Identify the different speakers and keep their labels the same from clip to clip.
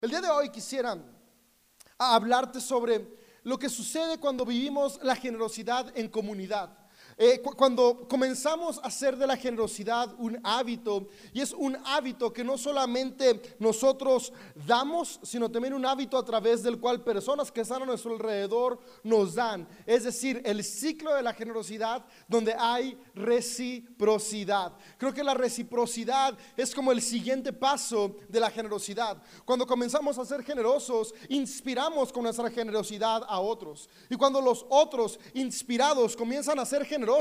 Speaker 1: El día de hoy quisiera hablarte sobre lo que sucede cuando vivimos la generosidad en comunidad. Cuando comenzamos a hacer de la generosidad un hábito, y es un hábito que no solamente nosotros damos, sino también un hábito a través del cual personas que están a nuestro alrededor nos dan. Es decir, el ciclo de la generosidad donde hay reciprocidad. Creo que la reciprocidad es como el siguiente paso de la generosidad. Cuando comenzamos a ser generosos, inspiramos con nuestra generosidad a otros. Y cuando los otros inspirados comienzan a ser generosos,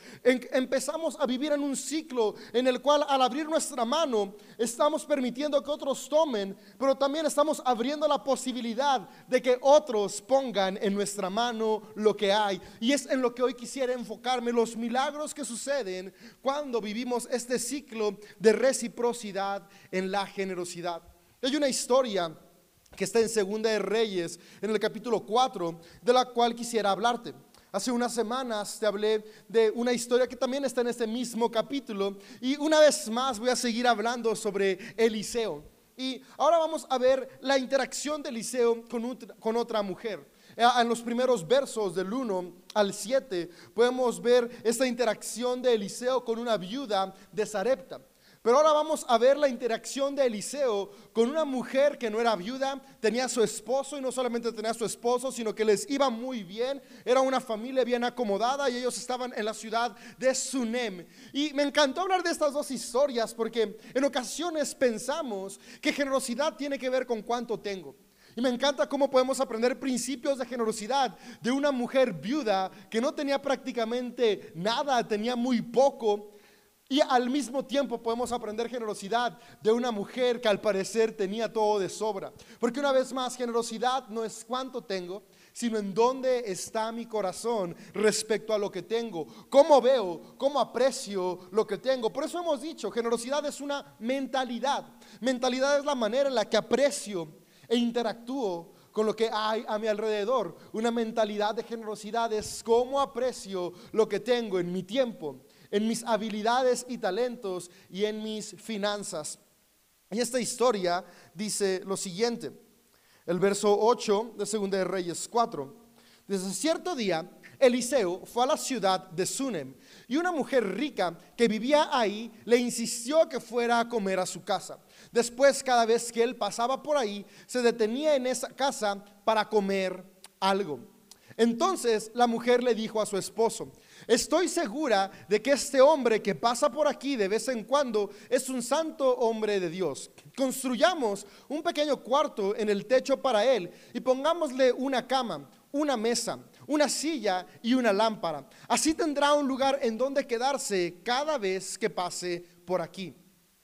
Speaker 1: empezamos a vivir en un ciclo en el cual al abrir nuestra mano estamos permitiendo que otros tomen, pero también estamos abriendo la posibilidad de que otros pongan en nuestra mano lo que hay. Y es en lo que hoy quisiera enfocarme, los milagros que suceden cuando vivimos este ciclo de reciprocidad en la generosidad. Hay una historia que está en Segunda de Reyes, en el capítulo 4, de la cual quisiera hablarte. Hace unas semanas te hablé de una historia que también está en este mismo capítulo, y una vez más voy a seguir hablando sobre Eliseo. Y ahora vamos a ver la interacción de Eliseo con otra mujer. En los primeros versos del 1 al 7 podemos ver esta interacción de Eliseo con una viuda de Sarepta. Pero ahora vamos a ver la interacción de Eliseo con una mujer que no era viuda, tenía a su esposo, y no solamente tenía a su esposo, sino que les iba muy bien. Era una familia bien acomodada y ellos estaban en la ciudad de Sunem. Y me encantó hablar de estas dos historias porque en ocasiones pensamos que generosidad tiene que ver con cuánto tengo. Y me encanta cómo podemos aprender principios de generosidad de una mujer viuda que no tenía prácticamente nada, tenía muy poco. Y al mismo tiempo podemos aprender generosidad de una mujer que al parecer tenía todo de sobra. Porque una vez más, generosidad no es cuánto tengo, sino en dónde está mi corazón respecto a lo que tengo. Cómo veo, cómo aprecio lo que tengo. Por eso hemos dicho, generosidad es una mentalidad. Mentalidad es la manera en la que aprecio e interactúo con lo que hay a mi alrededor. Una mentalidad de generosidad es cómo aprecio lo que tengo en mi tiempo, en mis habilidades y talentos y en mis finanzas. Y esta historia dice lo siguiente, el verso 8 de Segunda de Reyes 4. Desde cierto día, Eliseo fue a la ciudad de Sunem, y una mujer rica que vivía ahí le insistió que fuera a comer a su casa. Después, cada vez que él pasaba por ahí, se detenía en esa casa para comer algo. Entonces la mujer le dijo a su esposo: estoy segura de que este hombre que pasa por aquí de vez en cuando es un santo hombre de Dios. Construyamos un pequeño cuarto en el techo para él y pongámosle una cama, una mesa, una silla y una lámpara. Así tendrá un lugar en donde quedarse cada vez que pase por aquí.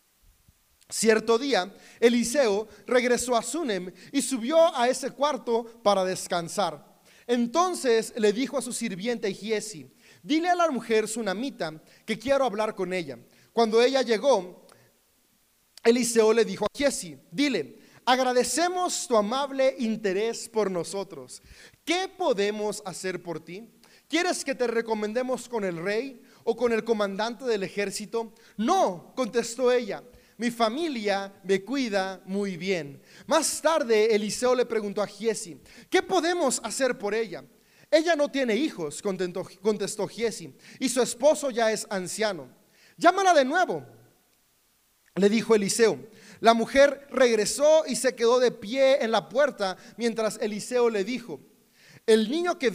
Speaker 1: Cierto día, Eliseo regresó a Sunem y subió a ese cuarto para descansar. Entonces le dijo a su sirviente Giesi: dile a la mujer sunamita que quiero hablar con ella. Cuando ella llegó, Eliseo le dijo a Giesi: dile, agradecemos tu amable interés por nosotros. ¿Qué podemos hacer por ti? ¿Quieres que te recomendemos con el rey o con el comandante del ejército? No, contestó ella. Mi familia me cuida muy bien. Más tarde Eliseo le preguntó a Giesi: ¿qué podemos hacer por ella? Ella no tiene hijos, contestó Giesi, y su esposo ya es anciano. Llámala de nuevo, le dijo Eliseo. La mujer regresó y se quedó de pie en la puerta mientras Eliseo le dijo: el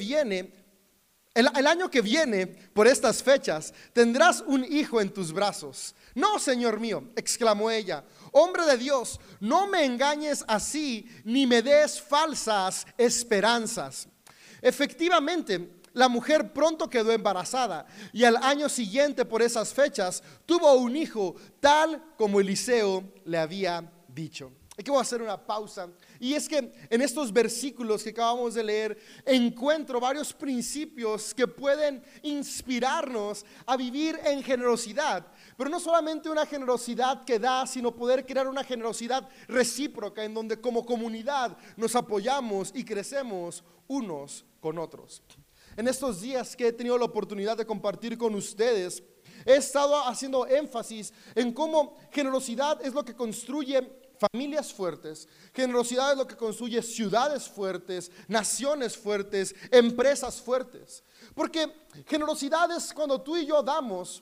Speaker 1: año que viene, por estas fechas, tendrás un hijo en tus brazos. No, señor mío, exclamó ella. Hombre de Dios, no me engañes así, ni me des falsas esperanzas. Efectivamente, la mujer pronto quedó embarazada, y al año siguiente, por esas fechas, tuvo un hijo, tal como Eliseo le había dicho. Aquí voy a hacer una pausa, y es que en estos versículos que acabamos de leer encuentro varios principios que pueden inspirarnos a vivir en generosidad, pero no solamente una generosidad que da, sino poder crear una generosidad recíproca en donde como comunidad nos apoyamos y crecemos unos con otros. En estos días que he tenido la oportunidad de compartir con ustedes, he estado haciendo énfasis en cómo generosidad es lo que construye familias fuertes. Generosidad es lo que construye ciudades fuertes, naciones fuertes, empresas fuertes. Porque generosidad es cuando tú y yo damos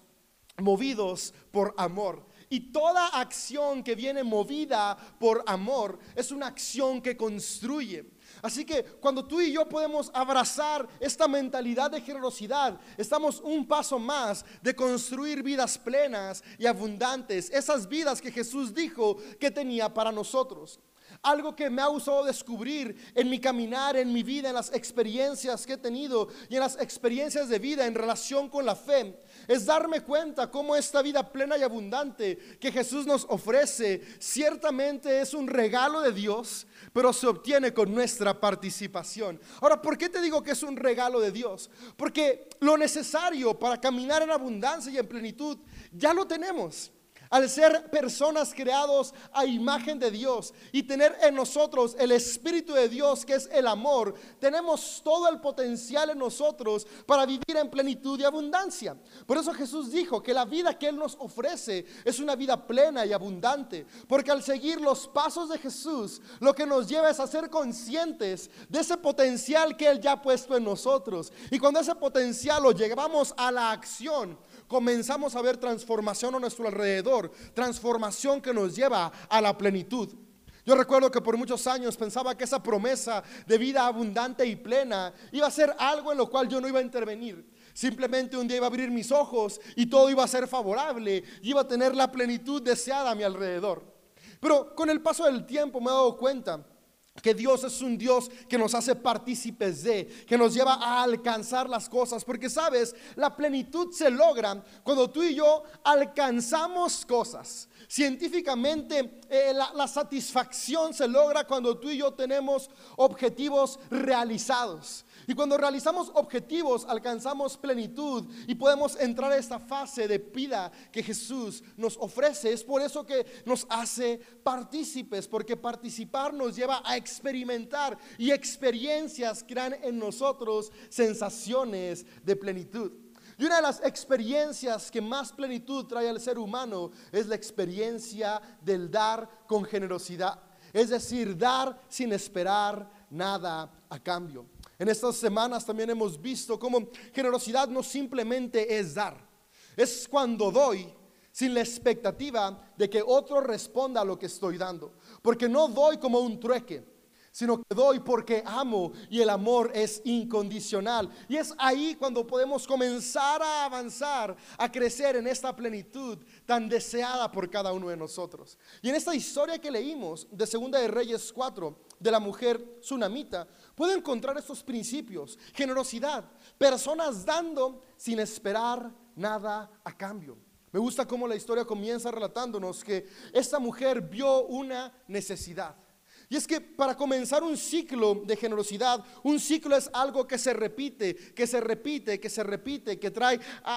Speaker 1: movidos por amor. Y toda acción que viene movida por amor es una acción que construye. Así que cuando tú y yo podemos abrazar esta mentalidad de generosidad, estamos un paso más de construir vidas plenas y abundantes. Esas vidas que Jesús dijo que tenía para nosotros. Algo que me ha gustado descubrir en mi caminar, en mi vida, en las experiencias que he tenido y en las experiencias de vida en relación con la fe, es darme cuenta cómo esta vida plena y abundante que Jesús nos ofrece ciertamente es un regalo de Dios, pero se obtiene con nuestra participación. Ahora, ¿por qué te digo que es un regalo de Dios? Porque lo necesario para caminar en abundancia y en plenitud ya lo tenemos. Al ser personas creados a imagen de Dios y tener en nosotros el Espíritu de Dios, que es el amor, tenemos todo el potencial en nosotros para vivir en plenitud y abundancia. Por eso Jesús dijo que la vida que Él nos ofrece es una vida plena y abundante, porque al seguir los pasos de Jesús, lo que nos lleva es a ser conscientes de ese potencial que Él ya ha puesto en nosotros. Y cuando ese potencial lo llevamos a la acción, comenzamos a ver transformación a nuestro alrededor, transformación que nos lleva a la plenitud. Yo recuerdo que por muchos años pensaba que esa promesa de vida abundante y plena iba a ser algo en lo cual yo no iba a intervenir. Simplemente un día iba a abrir mis ojos y todo iba a ser favorable, y iba a tener la plenitud deseada a mi alrededor. Pero con el paso del tiempo me he dado cuenta que Dios es un Dios que nos hace partícipes de, que nos lleva a alcanzar las cosas. Porque sabes, la plenitud se logra cuando tú y yo alcanzamos cosas. Científicamente la satisfacción se logra cuando tú y yo tenemos objetivos realizados. Y cuando realizamos objetivos alcanzamos plenitud y podemos entrar a esta fase de vida que Jesús nos ofrece. Es por eso que nos hace partícipes, porque participar nos lleva a experimentar, y experiencias crean en nosotros sensaciones de plenitud. Y una de las experiencias que más plenitud trae al ser humano es la experiencia del dar con generosidad. Es decir, dar sin esperar nada a cambio. En estas semanas también hemos visto cómo generosidad no simplemente es dar. Es cuando doy sin la expectativa de que otro responda a lo que estoy dando. Porque no doy como un trueque, sino que doy porque amo, y el amor es incondicional. Y es ahí cuando podemos comenzar a avanzar, a crecer en esta plenitud tan deseada por cada uno de nosotros. Y en esta historia que leímos de Segunda de Reyes 4, de la mujer tsunamita, puedo encontrar estos principios: generosidad, personas dando sin esperar nada a cambio. Me gusta cómo la historia comienza relatándonos que esta mujer vio una necesidad. Y es que para comenzar un ciclo de generosidad, un ciclo es algo que se repite, que se repite, que se repite, que trae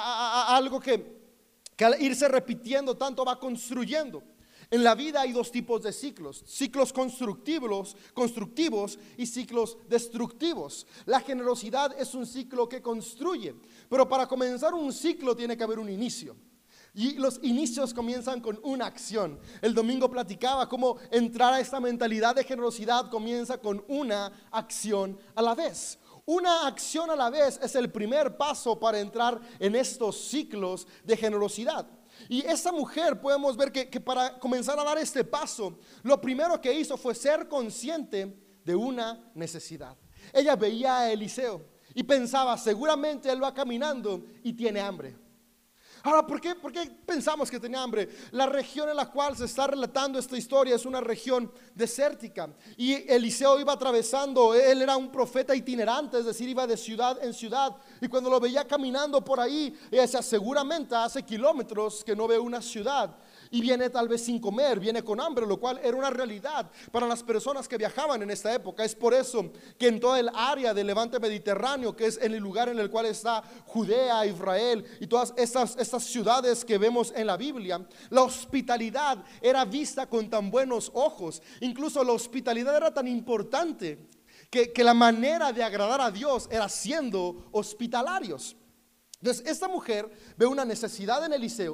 Speaker 1: algo que al irse repitiendo tanto va construyendo. En la vida hay dos tipos de ciclos: ciclos constructivos y ciclos destructivos. La generosidad es un ciclo que construye, pero para comenzar un ciclo tiene que haber un inicio. Y los inicios comienzan con una acción. El domingo platicaba cómo entrar a esta mentalidad de generosidad comienza con una acción a la vez. Una acción a la vez es el primer paso para entrar en estos ciclos de generosidad. Y esta mujer podemos ver que para comenzar a dar este paso, lo primero que hizo fue ser consciente de una necesidad. Ella veía a Eliseo y pensaba: seguramente él va caminando y tiene hambre. Ahora, ¿por qué pensamos que tenía hambre? La región en la cual se está relatando esta historia es una región desértica, y Eliseo iba atravesando. Él era un profeta itinerante, es decir, iba de ciudad en ciudad, y cuando lo veía caminando por ahí, ella decía: seguramente hace kilómetros que no ve una ciudad, y viene tal vez sin comer, viene con hambre, lo cual era una realidad para las personas que viajaban en esta época. Es por eso que en toda el área del levante mediterráneo, que es el lugar en el cual está Judea, Israel y todas estas ciudades que vemos en la Biblia, la hospitalidad era vista con tan buenos ojos. Incluso la hospitalidad era tan importante que la manera de agradar a Dios era siendo hospitalarios. Entonces esta mujer ve una necesidad en Eliseo.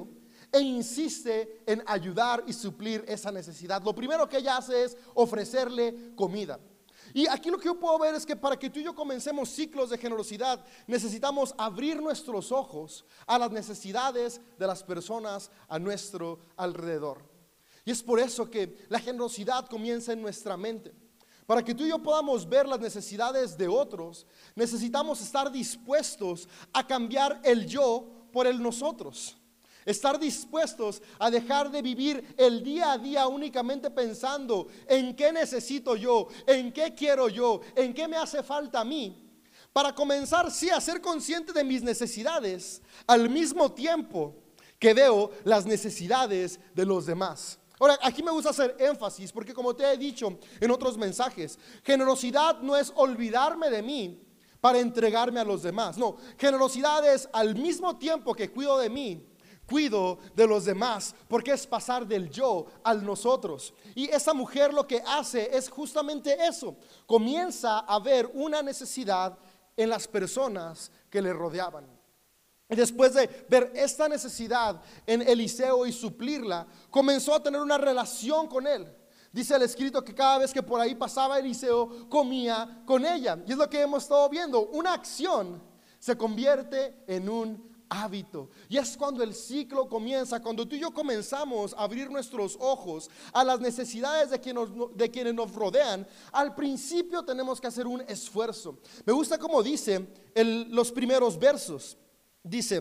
Speaker 1: e insiste en ayudar y suplir esa necesidad. Lo primero que ella hace es ofrecerle comida. Y aquí lo que yo puedo ver es que para que tú y yo comencemos ciclos de generosidad, necesitamos abrir nuestros ojos a las necesidades de las personas a nuestro alrededor. Y es por eso que la generosidad comienza en nuestra mente. Para que tú y yo podamos ver las necesidades de otros, necesitamos estar dispuestos a cambiar el yo por el nosotros. Estar dispuestos a dejar de vivir el día a día únicamente pensando en qué necesito yo, en qué quiero yo, en qué me hace falta a mí, para comenzar sí a ser consciente de mis necesidades al mismo tiempo que veo las necesidades de los demás. Ahora, aquí me gusta hacer énfasis porque, como te he dicho en otros mensajes, generosidad no es olvidarme de mí para entregarme a los demás. No, generosidad es al mismo tiempo que cuido de mí, cuido de los demás, porque es pasar del yo al nosotros. Y esa mujer lo que hace es justamente eso. Comienza a ver una necesidad en las personas que le rodeaban. Y después de ver esta necesidad en Eliseo y suplirla, comenzó a tener una relación con él. Dice el escrito que cada vez que por ahí pasaba Eliseo, comía con ella. Y es lo que hemos estado viendo. Una acción se convierte en un hábito. Y es cuando el ciclo comienza, cuando tú y yo comenzamos a abrir nuestros ojos a las necesidades de quienes nos rodean. Al principio tenemos que hacer un esfuerzo. Me gusta cómo dice los primeros versos. Dice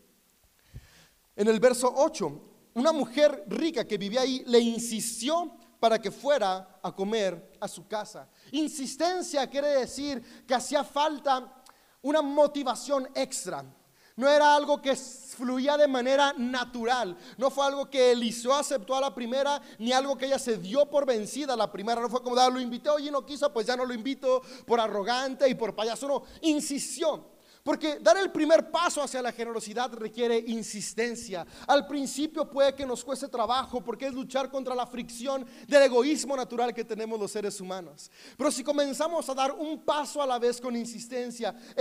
Speaker 1: en el verso 8, una mujer rica que vivía ahí le insistió para que fuera a comer a su casa. Insistencia quiere decir que hacía falta una motivación extra. No era algo que fluía de manera natural. No fue algo que Eliseo aceptó a la primera, ni algo que ella se dio por vencida a la primera. No fue como, lo invité, oye, no quiso, pues ya no lo invito, por arrogante y por payaso. No, insistió. Porque dar el primer paso hacia la generosidad requiere insistencia. Al principio puede que nos cueste trabajo porque es luchar contra la fricción del egoísmo natural que tenemos los seres humanos. Pero si comenzamos a dar un paso a la vez con insistencia e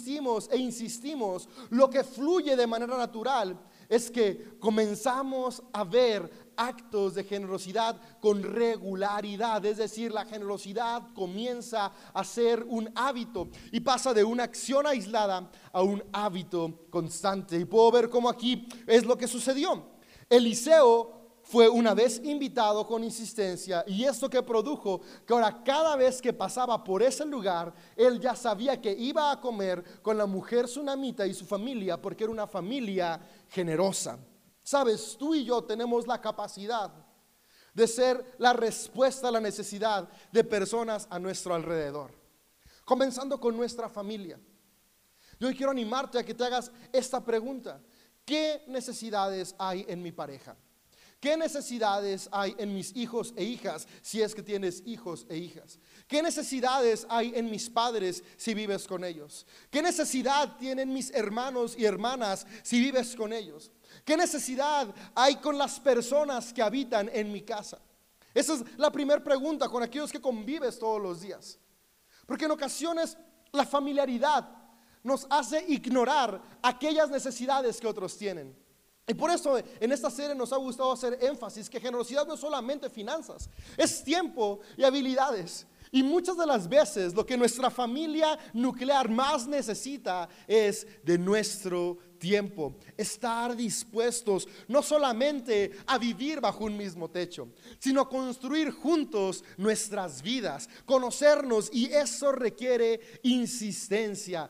Speaker 1: insistimos, lo que fluye de manera natural es que comenzamos a ver actos de generosidad con regularidad. Es decir, la generosidad comienza a ser un hábito y pasa de una acción aislada a un hábito constante. Y puedo ver cómo aquí es lo que sucedió. Eliseo fue una vez invitado con insistencia, y esto que produjo que ahora cada vez que pasaba por ese lugar, él ya sabía que iba a comer con la mujer sunamita y su familia, porque era una familia generosa. Sabes, tú y yo tenemos la capacidad de ser la respuesta a la necesidad de personas a nuestro alrededor, comenzando con nuestra familia. Yo hoy quiero animarte a que te hagas esta pregunta: ¿qué necesidades hay en mi pareja? ¿Qué necesidades hay en mis hijos e hijas, si es que tienes hijos e hijas? ¿Qué necesidades hay en mis padres si vives con ellos? ¿Qué necesidad tienen mis hermanos y hermanas si vives con ellos? ¿Qué necesidad hay con las personas que habitan en mi casa? Esa es la primera pregunta con aquellos que convives todos los días. Porque en ocasiones la familiaridad nos hace ignorar aquellas necesidades que otros tienen. Y por eso en esta serie nos ha gustado hacer énfasis que generosidad no es solamente finanzas, es tiempo y habilidades. Y muchas de las veces lo que nuestra familia nuclear más necesita es de nuestro tiempo. Estar dispuestos no solamente a vivir bajo un mismo techo, sino a construir juntos nuestras vidas, conocernos, y eso requiere insistencia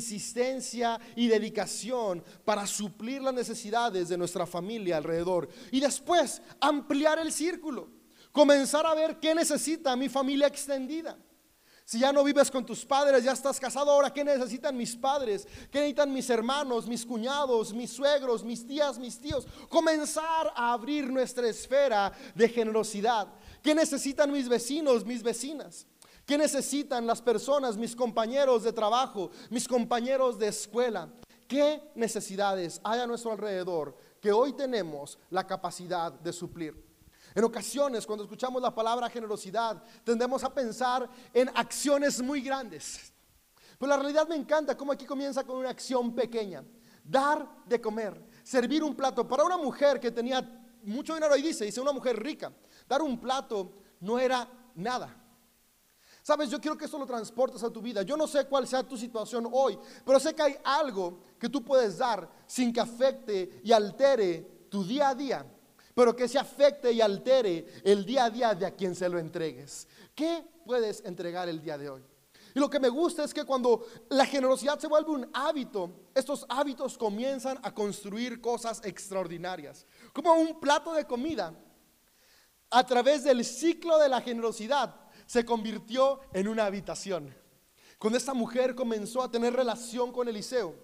Speaker 1: y dedicación para suplir las necesidades de nuestra familia alrededor. Y después ampliar el círculo. Comenzar a ver qué necesita mi familia extendida. Si ya no vives con tus padres, ya estás casado, ahora ¿qué necesitan mis padres? ¿Qué necesitan mis hermanos, mis cuñados, mis suegros, mis tías, mis tíos? Comenzar a abrir nuestra esfera de generosidad. ¿Qué necesitan mis vecinos, mis vecinas? ¿Qué necesitan las personas, mis compañeros de trabajo, mis compañeros de escuela? ¿Qué necesidades hay a nuestro alrededor que hoy tenemos la capacidad de suplir? En ocasiones, cuando escuchamos la palabra generosidad, tendemos a pensar en acciones muy grandes. Pero la realidad me encanta cómo aquí comienza con una acción pequeña: dar de comer, servir un plato para una mujer que tenía mucho dinero, ahí dice una mujer rica, dar un plato no era nada. Sabes, yo quiero que eso lo transportes a tu vida. Yo no sé cuál sea tu situación hoy, pero sé que hay algo que tú puedes dar sin que afecte y altere tu día a día, pero que se afecte y altere el día a día de a quien se lo entregues. ¿Qué puedes entregar el día de hoy? Y lo que me gusta es que cuando la generosidad se vuelve un hábito, estos hábitos comienzan a construir cosas extraordinarias. Como un plato de comida, a través del ciclo de la generosidad, se convirtió en una habitación. Cuando esta mujer comenzó a tener relación con Eliseo,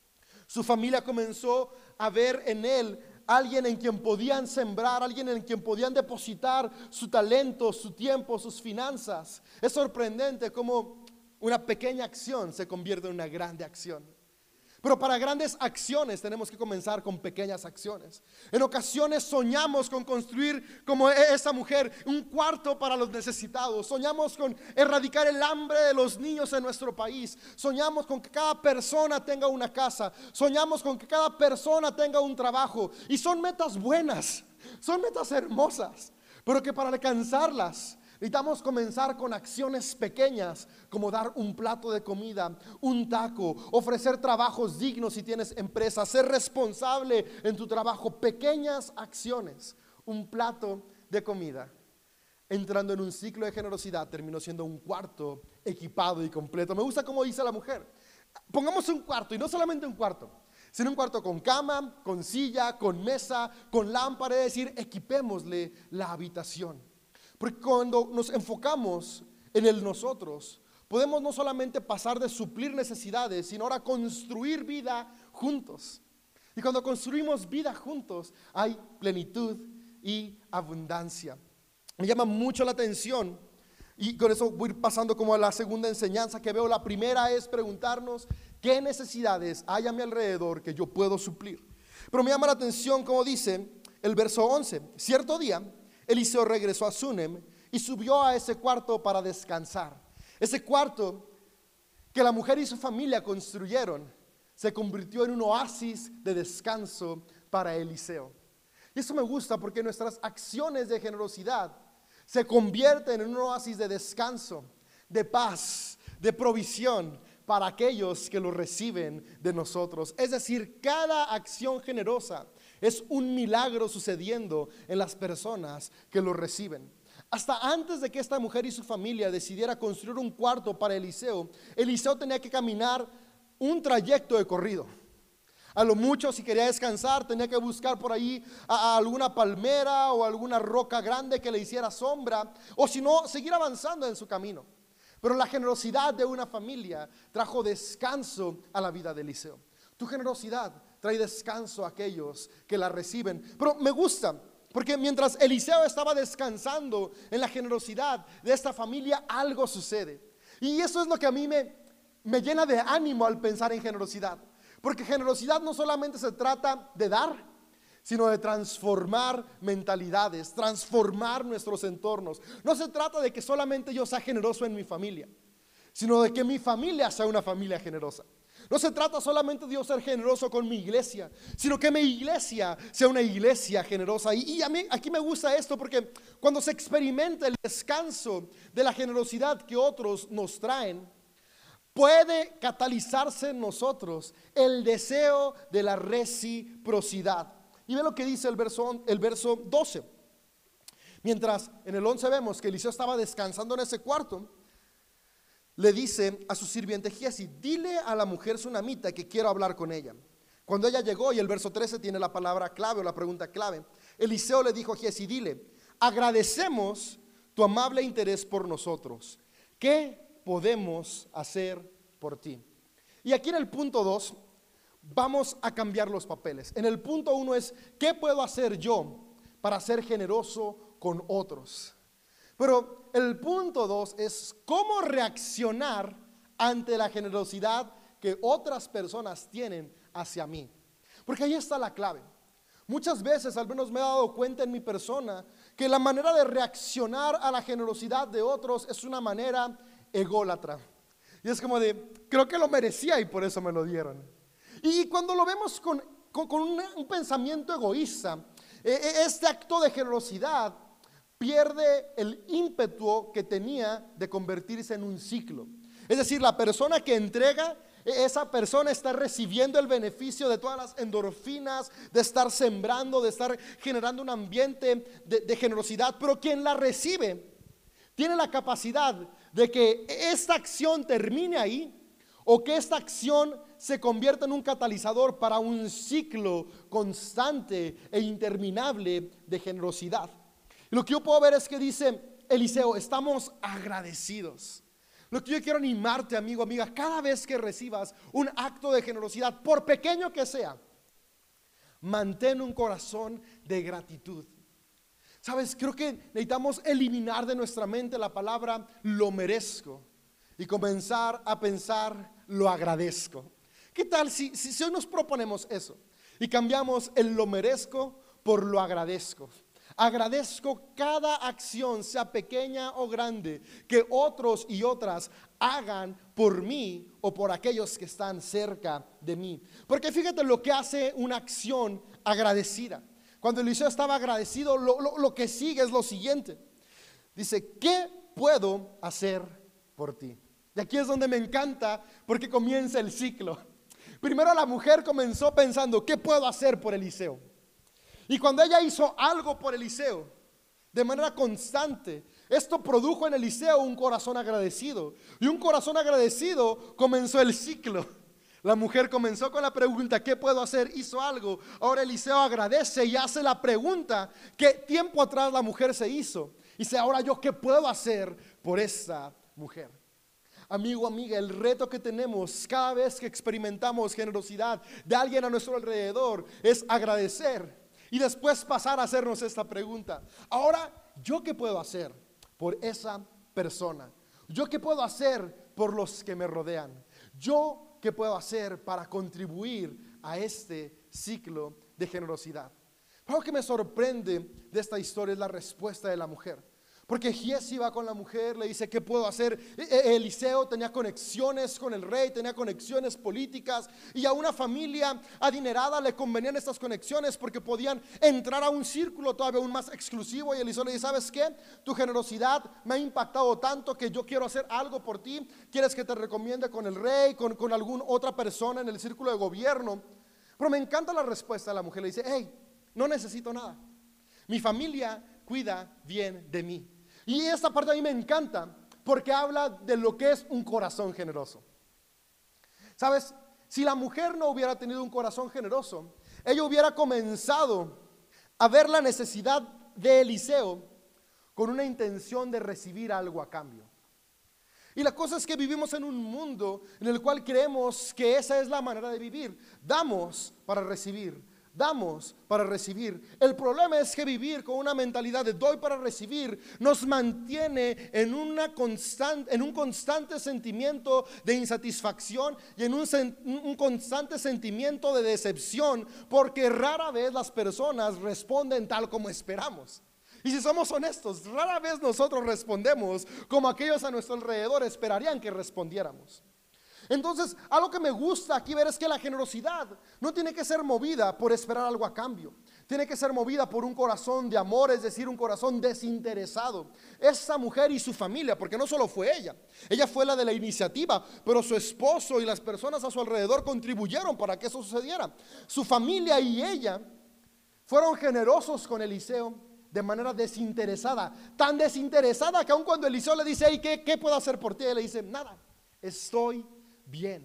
Speaker 1: su familia comenzó a ver en él alguien en quien podían sembrar, alguien en quien podían depositar su talento, su tiempo, sus finanzas. Es sorprendente cómo una pequeña acción se convierte en una grande acción. Pero para grandes acciones tenemos que comenzar con pequeñas acciones. En ocasiones soñamos con construir, como esa mujer, un cuarto para los necesitados. Soñamos con erradicar el hambre de los niños en nuestro país. Soñamos con que cada persona tenga una casa. Soñamos con que cada persona tenga un trabajo. Y son metas buenas, son metas hermosas, pero que para alcanzarlas necesitamos comenzar con acciones pequeñas, como dar un plato de comida, un taco, ofrecer trabajos dignos si tienes empresa, ser responsable en tu trabajo. Pequeñas acciones, un plato de comida, entrando en un ciclo de generosidad, terminó siendo un cuarto equipado y completo. Me gusta cómo dice la mujer: pongamos un cuarto, y no solamente un cuarto, sino un cuarto con cama, con silla, con mesa, con lámpara. Es decir, equipémosle la habitación. Porque cuando nos enfocamos en el nosotros, podemos no solamente pasar de suplir necesidades, sino ahora construir vida juntos. Y cuando construimos vida juntos, hay plenitud y abundancia. Me llama mucho la atención, y con eso voy a ir pasando como a la segunda enseñanza que veo. La primera es preguntarnos: ¿qué necesidades hay a mi alrededor que yo puedo suplir? Pero me llama la atención como dice el verso 11: cierto día Eliseo regresó a Sunem y subió a ese cuarto para descansar. Ese cuarto que la mujer y su familia construyeron se convirtió en un oasis de descanso para Eliseo. Y eso me gusta, porque nuestras acciones de generosidad se convierten en un oasis de descanso, de paz, de provisión para aquellos que lo reciben de nosotros. Es decir, cada acción generosa es un milagro sucediendo en las personas que lo reciben. Hasta antes de que esta mujer y su familia decidiera construir un cuarto para Eliseo, Eliseo tenía que caminar un trayecto de corrido. A lo mucho, si quería descansar, tenía que buscar por ahí a alguna palmera o alguna roca grande que le hiciera sombra, o si no, seguir avanzando en su camino. Pero la generosidad de una familia trajo descanso a la vida de Eliseo. Tu generosidad trae descanso a aquellos que la reciben. Pero me gusta, porque mientras Eliseo estaba descansando en la generosidad de esta familia, algo sucede. Y eso es lo que a mí me llena de ánimo al pensar en generosidad. Porque generosidad no solamente se trata de dar, sino de transformar mentalidades, transformar nuestros entornos. No se trata de que solamente yo sea generoso en mi familia, sino de que mi familia sea una familia generosa. No se trata solamente de yo ser generoso con mi iglesia, sino que mi iglesia sea una iglesia generosa. Y a mí aquí me gusta esto, porque cuando se experimenta el descanso de la generosidad que otros nos traen, puede catalizarse en nosotros el deseo de la reciprocidad. Y ve lo que dice el verso 12. Mientras en el 11 vemos que Eliseo estaba descansando en ese cuarto, le dice a su sirviente Giezi: dile a la mujer sunamita que quiero hablar con ella. Cuando ella llegó, y el verso 13 tiene la palabra clave o la pregunta clave, Eliseo le dijo a Giezi: dile, agradecemos tu amable interés por nosotros. ¿Qué podemos hacer por ti? Y aquí en el punto 2 vamos a cambiar los papeles. En el punto 1 es: ¿qué puedo hacer yo para ser generoso con otros? Pero el punto 2 es: ¿cómo reaccionar ante la generosidad que otras personas tienen hacia mí? Porque ahí está la clave. Muchas veces, al menos me he dado cuenta en mi persona, que la manera de reaccionar a la generosidad de otros es una manera ególatra. Y es como de: creo que lo merecía y por eso me lo dieron. Y cuando lo vemos con con un pensamiento egoísta, este acto de generosidad pierde el ímpetu que tenía de convertirse en un ciclo. Es decir, la persona que entrega, esa persona está recibiendo el beneficio de todas las endorfinas, de estar sembrando, de estar generando un ambiente de generosidad, pero quien la recibe tiene la capacidad de que esta acción termine ahí, o que esta acción se convierta en un catalizador para un ciclo constante e interminable de generosidad. Y lo que yo puedo ver es que dice Eliseo, estamos agradecidos. Lo que yo quiero animarte, amigo, amiga, cada vez que recibas un acto de generosidad, por pequeño que sea, mantén un corazón de gratitud. Sabes, creo que necesitamos eliminar de nuestra mente la palabra lo merezco y comenzar a pensar lo agradezco. ¿Qué tal si hoy nos proponemos eso y cambiamos el lo merezco por lo agradezco? Agradezco cada acción, sea pequeña o grande, que otros y otras hagan por mí o por aquellos que están cerca de mí. Porque fíjate lo que hace una acción agradecida. Cuando Eliseo estaba agradecido, lo que sigue es lo siguiente. Dice, ¿qué puedo hacer por ti? Y aquí es donde me encanta, porque comienza el ciclo. Primero la mujer comenzó pensando, ¿qué puedo hacer por Eliseo? Y cuando ella hizo algo por Eliseo, de manera constante, esto produjo en Eliseo un corazón agradecido. Y un corazón agradecido comenzó el ciclo. La mujer comenzó con la pregunta, ¿qué puedo hacer? Hizo algo. Ahora Eliseo agradece y hace la pregunta que tiempo atrás la mujer se hizo. Dice, ahora yo, ¿qué puedo hacer por esta mujer? Amigo, amiga, el reto que tenemos cada vez que experimentamos generosidad de alguien a nuestro alrededor es agradecer y después pasar a hacernos esta pregunta. Ahora, ¿yo qué puedo hacer por esa persona? ¿Yo qué puedo hacer por los que me rodean? ¿Yo qué puedo hacer para contribuir a este ciclo de generosidad? Algo que me sorprende de esta historia es la respuesta de la mujer. Porque Giezi va con la mujer, le dice, ¿qué puedo hacer? Eliseo tenía conexiones con el rey, tenía conexiones políticas, y a una familia adinerada le convenían estas conexiones porque podían entrar a un círculo todavía aún más exclusivo. Y Eliseo le dice, ¿sabes qué? Tu generosidad me ha impactado tanto que yo quiero hacer algo por ti. ¿Quieres que te recomiende con el rey, con alguna otra persona en el círculo de gobierno? Pero me encanta la respuesta de la mujer. Le dice, hey, no necesito nada. Mi familia cuida bien de mí. Y esta parte a mí me encanta porque habla de lo que es un corazón generoso. ¿Sabes? Si la mujer no hubiera tenido un corazón generoso, ella hubiera comenzado a ver la necesidad de Eliseo con una intención de recibir algo a cambio. Y la cosa es que vivimos en un mundo en el cual creemos que esa es la manera de vivir. Damos para recibir. Damos para recibir. El problema es que vivir con una mentalidad de doy para recibir nos mantiene en un constante sentimiento de insatisfacción y en un constante sentimiento de decepción, porque rara vez las personas responden tal como esperamos. Y si somos honestos, rara vez nosotros respondemos como aquellos a nuestro alrededor esperarían que respondiéramos. Entonces, algo que me gusta aquí ver es que la generosidad no tiene que ser movida por esperar algo a cambio. Tiene que ser movida por un corazón de amor, es decir, un corazón desinteresado. Esa mujer y su familia, porque no solo fue ella fue la de la iniciativa, pero su esposo y las personas a su alrededor contribuyeron para que eso sucediera. Su familia y ella fueron generosos con Eliseo de manera desinteresada. Tan desinteresada que aun cuando Eliseo le dice, hey, ¿qué puedo hacer por ti? Él le dice, nada, estoy bien.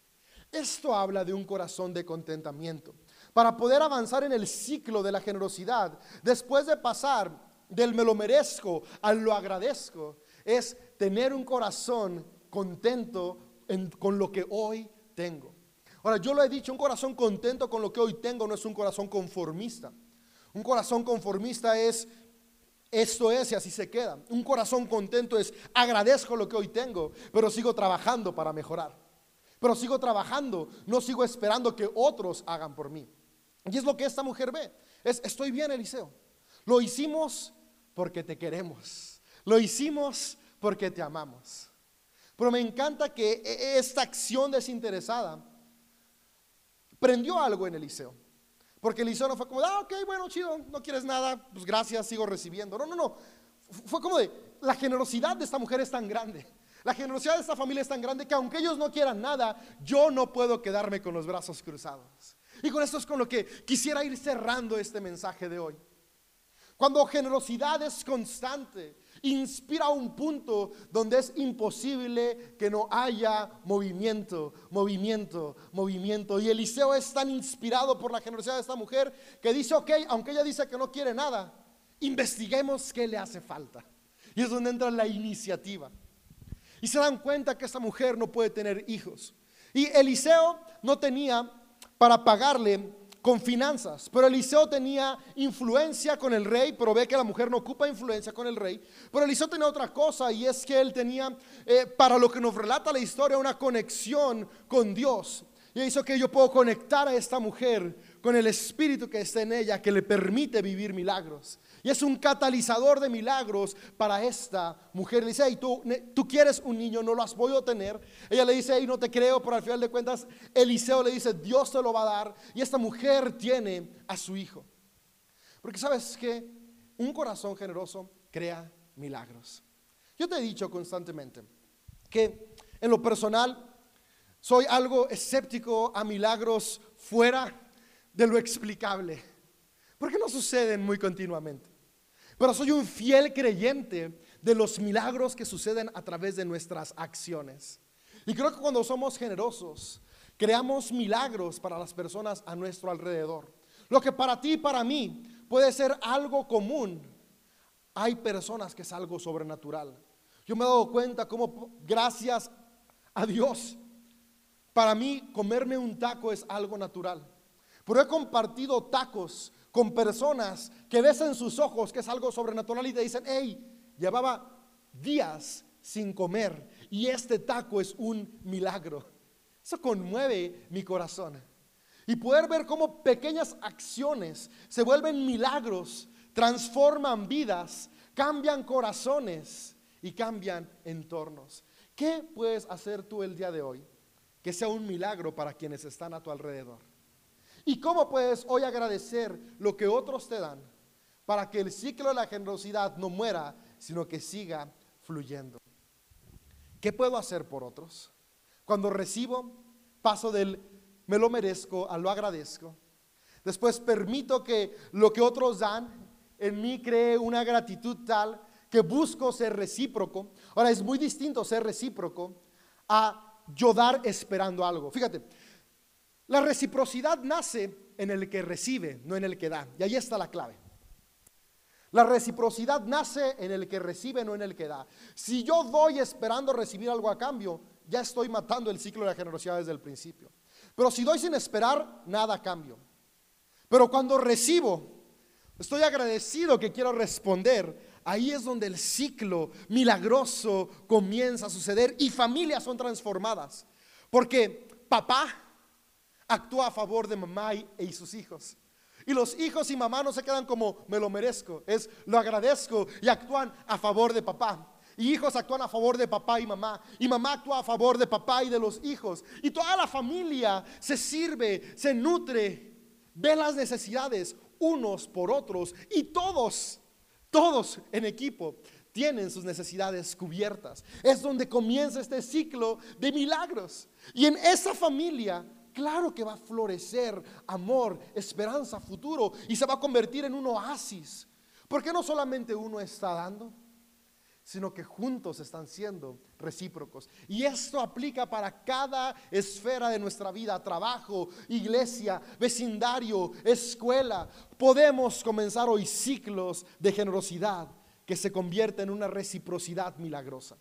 Speaker 1: Esto habla de un corazón de contentamiento. Para poder avanzar en el ciclo de la generosidad, después de pasar del me lo merezco al lo agradezco, es tener un corazón contento con lo que hoy tengo. Ahora, yo lo he dicho, un corazón contento con lo que hoy tengo no es un corazón conformista. Un corazón conformista es esto es y así se queda. Un corazón contento es agradezco lo que hoy tengo, pero sigo trabajando para mejorar. Pero sigo trabajando, no sigo esperando que otros hagan por mí. Y es lo que esta mujer ve. Estoy bien, Eliseo. Lo hicimos porque te queremos. Lo hicimos porque te amamos. Pero me encanta que esta acción desinteresada prendió algo en Eliseo. Porque Eliseo no fue como, ok, bueno, chido, no quieres nada, pues gracias, sigo recibiendo. No, no, no. Fue como de, la generosidad de esta mujer es tan grande, la generosidad de esta familia es tan grande que aunque ellos no quieran nada, yo no puedo quedarme con los brazos cruzados. Y con esto es con lo que quisiera ir cerrando este mensaje de hoy. Cuando generosidad es constante, inspira a un punto donde es imposible que no haya movimiento, movimiento, movimiento. Y Eliseo es tan inspirado por la generosidad de esta mujer que dice, ok, aunque ella dice que no quiere nada, investiguemos qué le hace falta. Y es donde entra la iniciativa. Y se dan cuenta que esta mujer no puede tener hijos. Y Eliseo no tenía para pagarle con finanzas, pero Eliseo tenía influencia con el rey, pero ve que la mujer no ocupa influencia con el rey. Pero Eliseo tenía otra cosa, y es que él tenía, para lo que nos relata la historia, una conexión con Dios. Y hizo que yo puedo conectar a esta mujer con el espíritu que está en ella, que le permite vivir milagros. Y es un catalizador de milagros para esta mujer. Le dice, hey, tú quieres un niño, no lo has podido tener. Ella le dice, hey, no te creo, pero al final de cuentas Eliseo le dice, Dios te lo va a dar. Y esta mujer tiene a su hijo. Porque sabes que un corazón generoso crea milagros. Yo te he dicho constantemente que en lo personal soy algo escéptico a milagros fuera de lo explicable, porque no suceden muy continuamente. Pero soy un fiel creyente de los milagros que suceden a través de nuestras acciones. Y creo que cuando somos generosos, creamos milagros para las personas a nuestro alrededor. Lo que para ti y para mí puede ser algo común, hay personas que es algo sobrenatural. Yo me he dado cuenta cómo, gracias a Dios, para mí comerme un taco es algo natural. Pero he compartido tacos con personas que ves en sus ojos que es algo sobrenatural y te dicen, hey, llevaba días sin comer y este taco es un milagro. Eso conmueve mi corazón. Y poder ver cómo pequeñas acciones se vuelven milagros, transforman vidas, cambian corazones y cambian entornos. ¿Qué puedes hacer tú el día de hoy que sea un milagro para quienes están a tu alrededor? ¿Y cómo puedes hoy agradecer lo que otros te dan para que el ciclo de la generosidad no muera, sino que siga fluyendo? ¿Qué puedo hacer por otros? Cuando recibo, paso del me lo merezco a lo agradezco. Después permito que lo que otros dan en mí cree una gratitud tal que busco ser recíproco. Ahora es muy distinto ser recíproco a yo dar esperando algo. Fíjate, la reciprocidad nace en el que recibe, no en el que da. Y ahí está la clave. La reciprocidad nace en el que recibe, no en el que da. Si yo doy esperando recibir algo a cambio, ya estoy matando el ciclo de la generosidad desde el principio. Pero si doy sin esperar, nada a cambio. Pero cuando recibo, estoy agradecido que quiero responder. Ahí es donde el ciclo milagroso comienza a suceder y familias son transformadas. Porque papá actúa a favor de mamá y sus hijos. Y los hijos y mamá no se quedan como me lo merezco, es lo agradezco y actúan a favor de papá. Y hijos actúan a favor de papá y mamá actúa a favor de papá y de los hijos. Y toda la familia se sirve, se nutre, ve las necesidades unos por otros y todos en equipo tienen sus necesidades cubiertas. Es donde comienza este ciclo de milagros. Y en esa familia, claro que va a florecer amor, esperanza, futuro y se va a convertir en un oasis. Porque no solamente uno está dando, sino que juntos están siendo recíprocos. Y esto aplica para cada esfera de nuestra vida: trabajo, iglesia, vecindario, escuela. Podemos comenzar hoy ciclos de generosidad que se convierten en una reciprocidad milagrosa.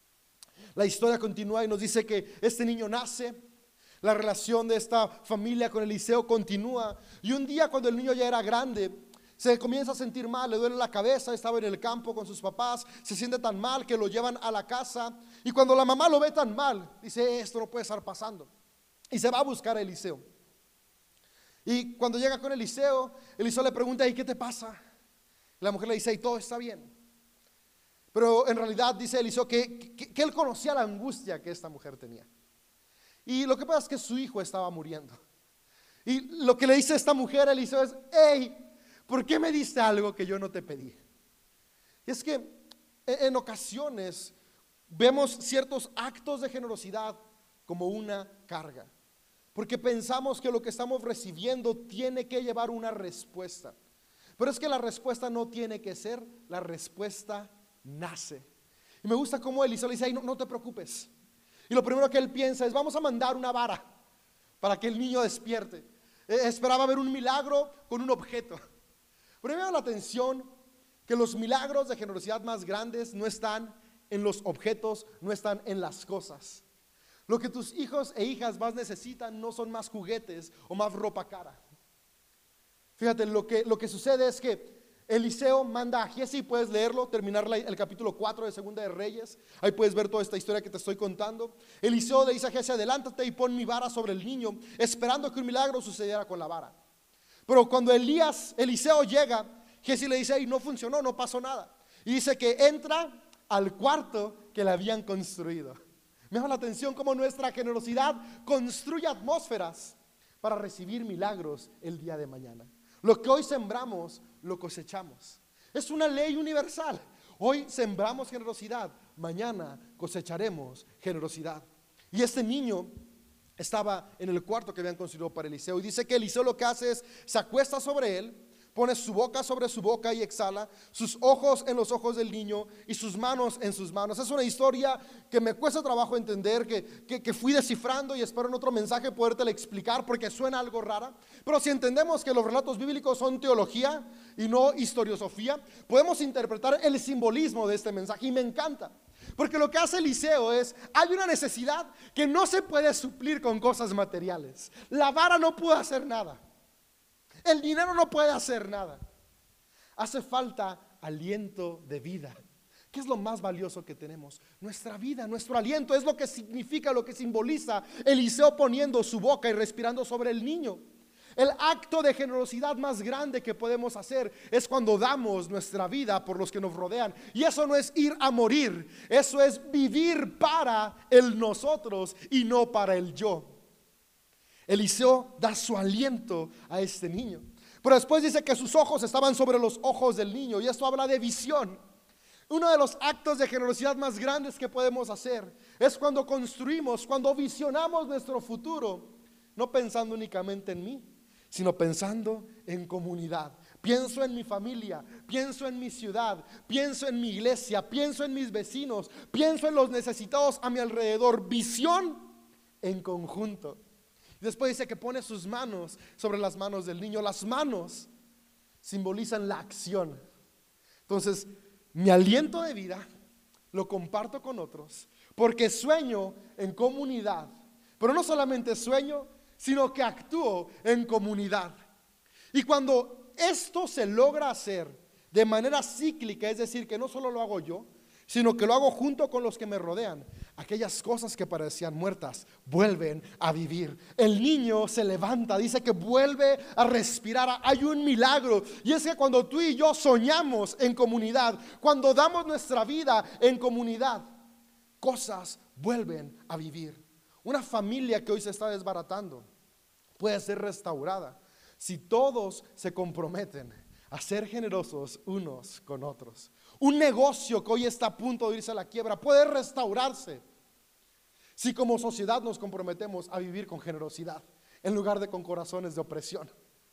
Speaker 1: La historia continúa y nos dice que este niño nace. La relación de esta familia con Eliseo continúa. Y un día, cuando el niño ya era grande, se comienza a sentir mal, le duele la cabeza. Estaba en el campo con sus papás, se siente tan mal que lo llevan a la casa. Y cuando la mamá lo ve tan mal, dice: esto no puede estar pasando. Y se va a buscar a Eliseo. Y cuando llega con Eliseo, Eliseo le pregunta: ¿y qué te pasa? La mujer le dice: y todo está bien. Pero en realidad dice Eliseo que él conocía la angustia que esta mujer tenía. Y lo que pasa es que su hijo estaba muriendo. Y lo que le dice esta mujer a Eliseo es: hey, ¿por qué me diste algo que yo no te pedí? Y es que en ocasiones vemos ciertos actos de generosidad como una carga, porque pensamos que lo que estamos recibiendo tiene que llevar una respuesta. Pero es que la respuesta no tiene que ser, la respuesta nace. Y me gusta cómo Eliseo le dice: no te preocupes. Y lo primero que él piensa es: vamos a mandar una vara para que el niño despierte. Esperaba ver un milagro con un objeto. Pero me llama la atención que los milagros de generosidad más grandes no están en los objetos, no están en las cosas. Lo que tus hijos e hijas más necesitan no son más juguetes o más ropa cara. Fíjate, lo que sucede es que Eliseo manda a Giezi, puedes leerlo, terminar el capítulo 4 de Segunda de Reyes. Ahí puedes ver toda esta historia que te estoy contando. Eliseo le dice a Giezi: adelántate y pon mi vara sobre el niño, esperando que un milagro sucediera con la vara. Pero cuando Eliseo llega, Giezi le dice: hey, no funcionó, no pasó nada. Y dice que entra al cuarto que le habían construido. Me llama la atención cómo nuestra generosidad construye atmósferas para recibir milagros el día de mañana. Lo que hoy sembramos, lo cosechamos. Es una ley universal. Hoy sembramos generosidad, mañana cosecharemos generosidad. Y este niño estaba en el cuarto que habían construido para Eliseo. Y dice que Eliseo lo que hace es: se acuesta sobre él, pone su boca sobre su boca y exhala, sus ojos en los ojos del niño y sus manos en sus manos. Es una historia que me cuesta trabajo entender, que fui descifrando, y espero en otro mensaje podértela explicar porque suena algo rara. Pero si entendemos que los relatos bíblicos son teología y no historiosofía, podemos interpretar el simbolismo de este mensaje, y me encanta. Porque lo que hace Eliseo es: hay una necesidad que no se puede suplir con cosas materiales. La vara no puede hacer nada. El dinero no puede hacer nada. Hace falta aliento de vida. ¿Qué es lo más valioso que tenemos? Nuestra vida, nuestro aliento. Es lo que significa, lo que simboliza Eliseo poniendo su boca y respirando sobre el niño. El acto de generosidad más grande que podemos hacer es cuando damos nuestra vida por los que nos rodean. Y eso no es ir a morir, eso es vivir para el nosotros y no para el yo. Eliseo da su aliento a este niño. Pero después dice que sus ojos estaban sobre los ojos del niño, y esto habla de visión. Uno de los actos de generosidad más grandes que podemos hacer es cuando construimos, cuando visionamos nuestro futuro, no pensando únicamente en mí, sino pensando en comunidad. Pienso en mi familia, pienso en mi ciudad, pienso en mi iglesia, pienso en mis vecinos, pienso en los necesitados a mi alrededor. Visión en conjunto. Después dice que pone sus manos sobre las manos del niño. Las manos simbolizan la acción. Entonces, mi aliento de vida lo comparto con otros, porque sueño en comunidad. Pero no solamente sueño, sino que actúo en comunidad. Y cuando esto se logra hacer de manera cíclica, es decir, que no solo lo hago yo, sino que lo hago junto con los que me rodean, aquellas cosas que parecían muertas vuelven a vivir. El niño se levanta, dice que vuelve a respirar. Hay un milagro, y es que cuando tú y yo soñamos en comunidad, cuando damos nuestra vida en comunidad, cosas vuelven a vivir. Una familia que hoy se está desbaratando puede ser restaurada si todos se comprometen a ser generosos unos con otros. Un negocio que hoy está a punto de irse a la quiebra puede restaurarse si como sociedad nos comprometemos a vivir con generosidad en lugar de con corazones de opresión.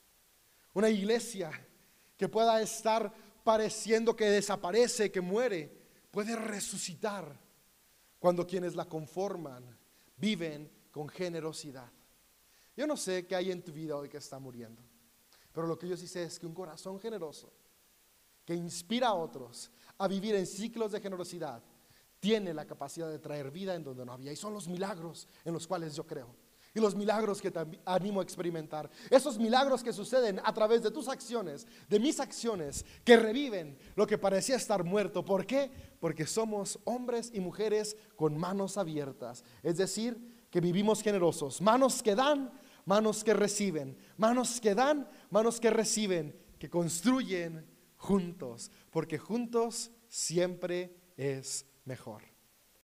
Speaker 1: Una iglesia que pueda estar pareciendo que desaparece, que muere, puede resucitar cuando quienes la conforman viven con generosidad. Yo no sé qué hay en tu vida hoy que está muriendo, pero lo que yo sí sé es que un corazón generoso que inspira a otros a vivir en ciclos de generosidad tiene la capacidad de traer vida en donde no había. Y son los milagros en los cuales yo creo, y los milagros que te animo a experimentar. Esos milagros que suceden a través de tus acciones, de mis acciones, que reviven lo que parecía estar muerto. ¿Por qué? Porque somos hombres y mujeres con manos abiertas. Es decir, que vivimos generosos. Manos que dan, manos que reciben. Manos que dan, manos que reciben. Que construyen juntos, porque juntos siempre es mejor.